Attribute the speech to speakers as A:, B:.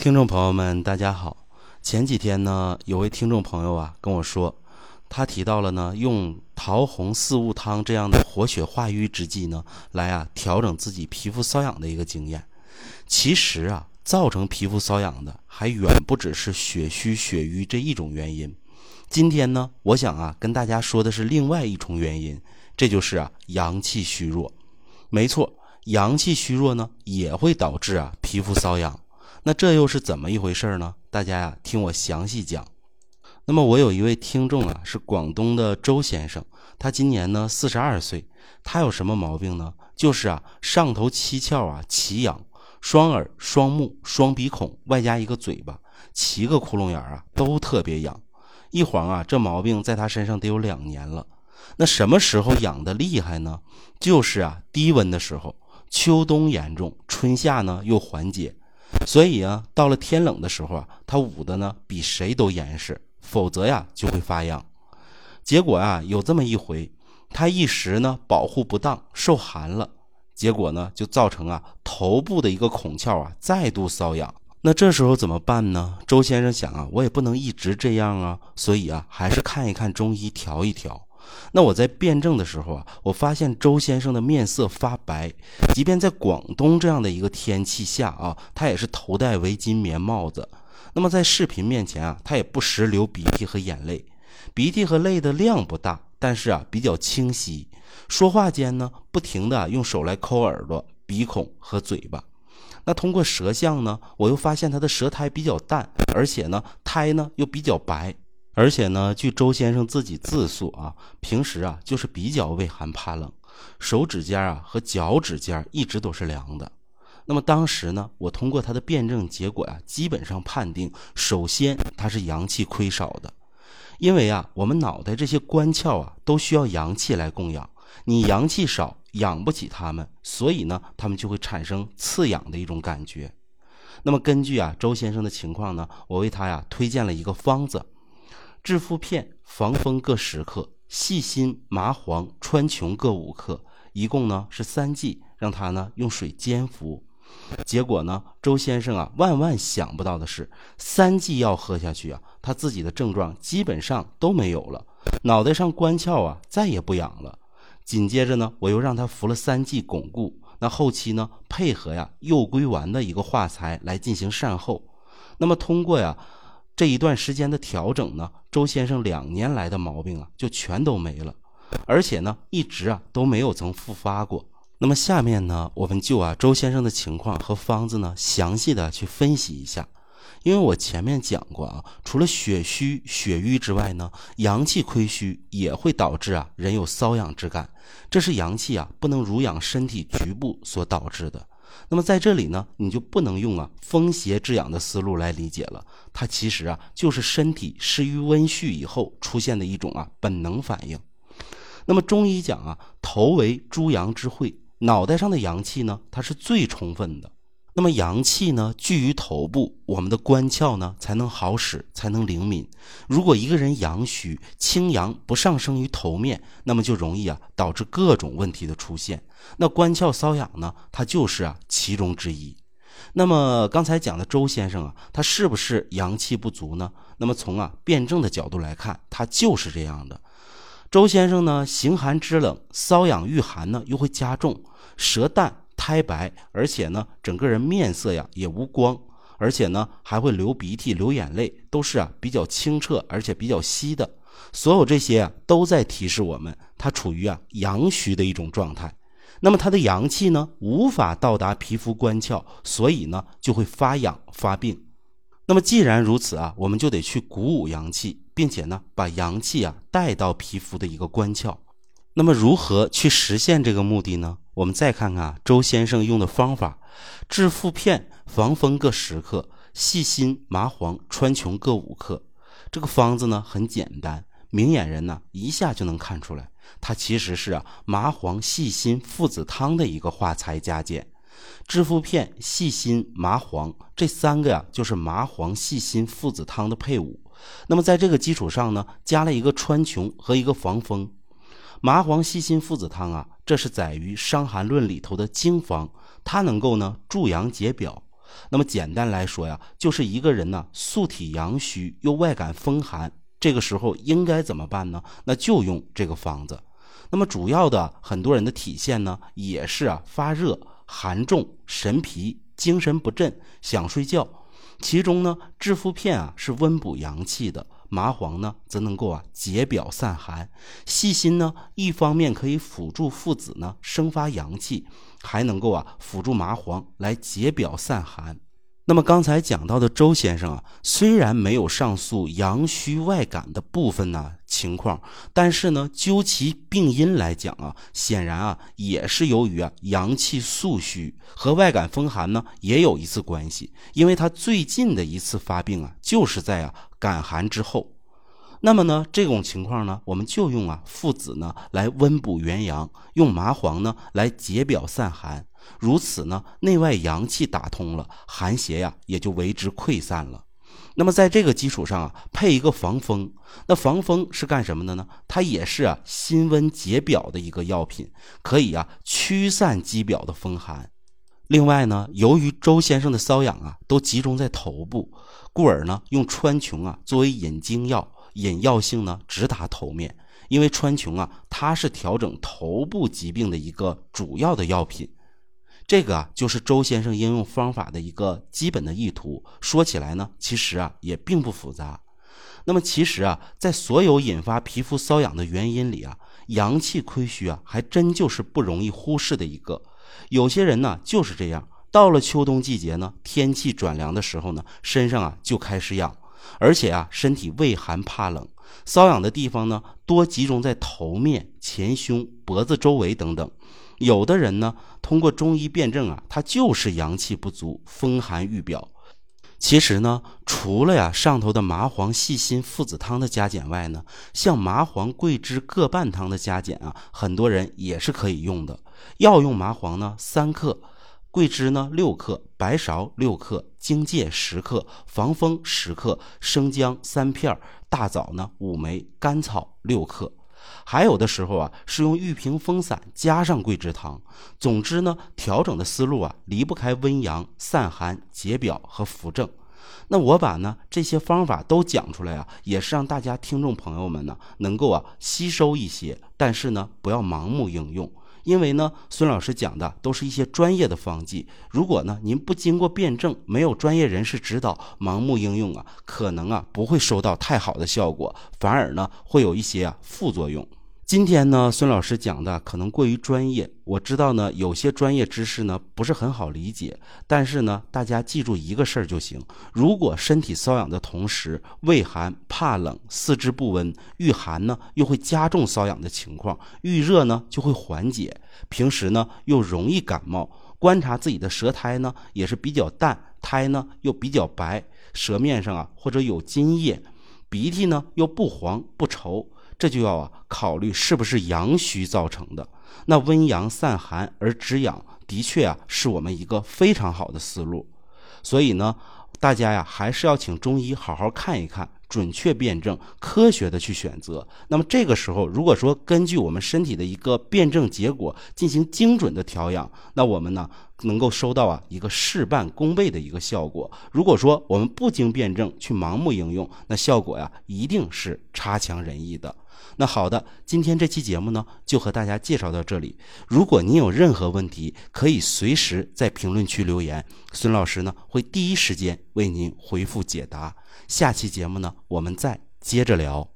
A: 听众朋友们大家好，前几天呢有位听众朋友跟我说，他提到了用桃红四物汤这样的活血化瘀之剂来调整自己皮肤瘙痒的一个经验。其实造成皮肤瘙痒的还远不只是血虚血瘀这一种原因。今天呢我想跟大家说的是另外一重原因，这就是阳气虚弱。没错，阳气虚弱呢也会导致皮肤瘙痒。那这又是怎么一回事呢？大家听我详细讲。那么我有一位听众是广东的周先生，他今年呢42岁，他有什么毛病呢？就是上头七窍奇痒，双耳、双目、双鼻孔，外加一个嘴巴，7个窟窿眼都特别痒。一晃这毛病在他身上得有2年了。那什么时候痒的厉害呢？就是低温的时候，秋冬严重，春夏呢又缓解。所以到了天冷的时候他捂的呢比谁都严实，否则就会发痒。结果有这么一回，他一时呢保护不当，受寒了，结果呢就造成头部的一个孔窍再度瘙痒。那这时候怎么办呢？周先生想我也不能一直这样所以还是看一看中医调一调。那我在辩证的时候我发现周先生的面色发白，即便在广东这样的一个天气下他也是头戴围巾棉帽子。那么在视频面前他也不时流鼻涕和眼泪，鼻涕和泪的量不大，但是比较清晰。说话间呢不停的用手来抠耳朵、鼻孔和嘴巴。那通过舌象呢，我又发现他的舌苔比较淡，而且呢苔呢又比较白。而且呢，据周先生自己自述平时就是比较畏寒怕冷，手指尖和脚趾尖一直都是凉的。那么当时呢，我通过他的辩证结果基本上判定，首先他是阳气亏少的。因为我们脑袋这些官窍都需要阳气来供养，你阳气少，养不起它们，所以呢，它们就会产生刺痒的一种感觉。那么根据周先生的情况呢，我为他推荐了一个方子。治肤片、防风各10克，细辛、麻黄、川穹各5克，一共呢是3剂，让他呢用水煎服。结果呢，周先生万万想不到的是，3剂药喝下去他自己的症状基本上都没有了，脑袋上官窍再也不痒了。紧接着呢，我又让他服了3剂巩固，那后期呢配合右归丸的一个化裁来进行善后。那么通过这一段时间的调整呢，周先生2年来的毛病就全都没了，而且呢一直都没有曾复发过。那么下面呢，我们就周先生的情况和方子呢详细的去分析一下。因为我前面讲过除了血虚血瘀之外呢，阳气亏虚也会导致人有瘙痒之感，这是阳气不能濡养身体局部所导致的。那么在这里呢，你就不能用风邪治养的思路来理解了，它其实就是身体失于温煦以后出现的一种本能反应。那么中医讲头为诸阳之会，脑袋上的阳气呢它是最充分的。那么阳气呢聚于头部，我们的官窍呢才能好使，才能灵敏。如果一个人阳虚，清阳不上升于头面，那么就容易导致各种问题的出现。那官窍瘙痒呢，它就是其中之一。那么刚才讲的周先生他是不是阳气不足呢？那么从辩证的角度来看，他就是这样的。周先生呢形寒肢冷，瘙痒遇寒呢又会加重，舌淡苔白，而且呢整个人面色也无光，而且呢还会流鼻涕流眼泪，都是比较清澈而且比较稀的。所有这些都在提示我们他处于阳虚的一种状态。那么他的阳气呢无法到达皮肤官窍，所以呢就会发痒发病。那么既然如此我们就得去鼓舞阳气，并且呢把阳气带到皮肤的一个官窍。那么如何去实现这个目的呢？我们再看看周先生用的方法。治肤片、防风各10克，细辛、麻黄、川穹各5克。这个方子呢很简单，明眼人呢一下就能看出来，它其实是麻黄细辛附子汤的一个化裁加减。治肤片、细辛、麻黄这3个就是麻黄细辛附子汤的配伍。那么在这个基础上呢，加了一个川穹和一个防风。麻黄细辛附子汤这是载于《伤寒论》里头的经方，它能够呢助阳解表。 那么简单来说呀，就是一个人呢素体阳虚又外感风寒，这个时候应该怎么办呢？那就用这个方子。那么主要的很多人的体现呢，也是发热、寒重、神疲、精神不振、想睡觉。其中呢，炙附片是温补阳气的，麻黄呢则能够解表散寒。细辛呢，一方面可以辅助附子呢生发阳气，还能够辅助麻黄来解表散寒。那么刚才讲到的周先生虽然没有上述阳虚外感的部分情况，但是呢，究其病因来讲显然也是由于阳气素虚，和外感风寒呢也有一次关系，因为他最近的一次发病就是在感寒之后。那么呢，这种情况呢，我们就用附子呢来温补元阳，用麻黄呢来解表散寒。如此呢，内外阳气打通了，寒邪也就为之溃散了。那么在这个基础上配一个防风。那防风是干什么的呢？它也是辛温解表的一个药品，可以驱散肌表的风寒。另外呢，由于周先生的瘙痒都集中在头部，故而呢用川穹作为引经药，引药性呢直达头面。因为川穹它是调整头部疾病的一个主要的药品。这个就是周先生应用方法的一个基本的意图。说起来呢，其实也并不复杂。那么其实在所有引发皮肤瘙痒的原因里阳气亏虚还真就是不容易忽视的一个。有些人呢就是这样，到了秋冬季节呢，天气转凉的时候呢，身上就开始痒，而且身体畏寒怕冷，瘙痒的地方呢多集中在头面、前胸、脖子周围等等。有的人呢通过中医辨证他就是阳气不足，风寒郁表。其实呢，除了上头的麻黄细辛附子汤的加减外呢，像麻黄桂枝各半汤的加减很多人也是可以用的。药用麻黄呢3克，桂枝呢6克，白芍6克，荆芥10克，防风10克，生姜3片，大枣呢5枚，甘草6克。还有的时候是用玉屏风散加上桂枝汤。总之呢，调整的思路离不开温阳、散寒、解表和扶正。那我把呢这些方法都讲出来也是让大家听众朋友们呢能够吸收一些，但是呢不要盲目应用。因为呢，孙老师讲的都是一些专业的方剂，如果呢您不经过辩证，没有专业人士指导，盲目应用可能不会收到太好的效果，反而呢会有一些副作用。今天呢，孙老师讲的可能过于专业，我知道呢有些专业知识呢不是很好理解，但是呢大家记住一个事儿就行：如果身体瘙痒的同时畏寒怕冷、四肢不温，遇寒呢又会加重瘙痒的情况，遇热呢就会缓解，平时呢又容易感冒，观察自己的舌苔呢也是比较淡，苔呢又比较白，舌面上或者有津液，鼻涕呢又不黄不稠，这就要考虑是不是阳虚造成的。那温阳散寒而止痒，的确是我们一个非常好的思路。所以呢，大家还是要请中医好好看一看，准确辩证，科学的去选择。那么这个时候，如果说根据我们身体的一个辩证结果进行精准的调养，那我们呢能够收到一个事半功倍的一个效果。如果说我们不经辩证去盲目应用，那效果一定是差强人意的。那好的，今天这期节目呢就和大家介绍到这里。如果您有任何问题，可以随时在评论区留言，孙老师呢会第一时间为您回复解答。下期节目呢我们再接着聊。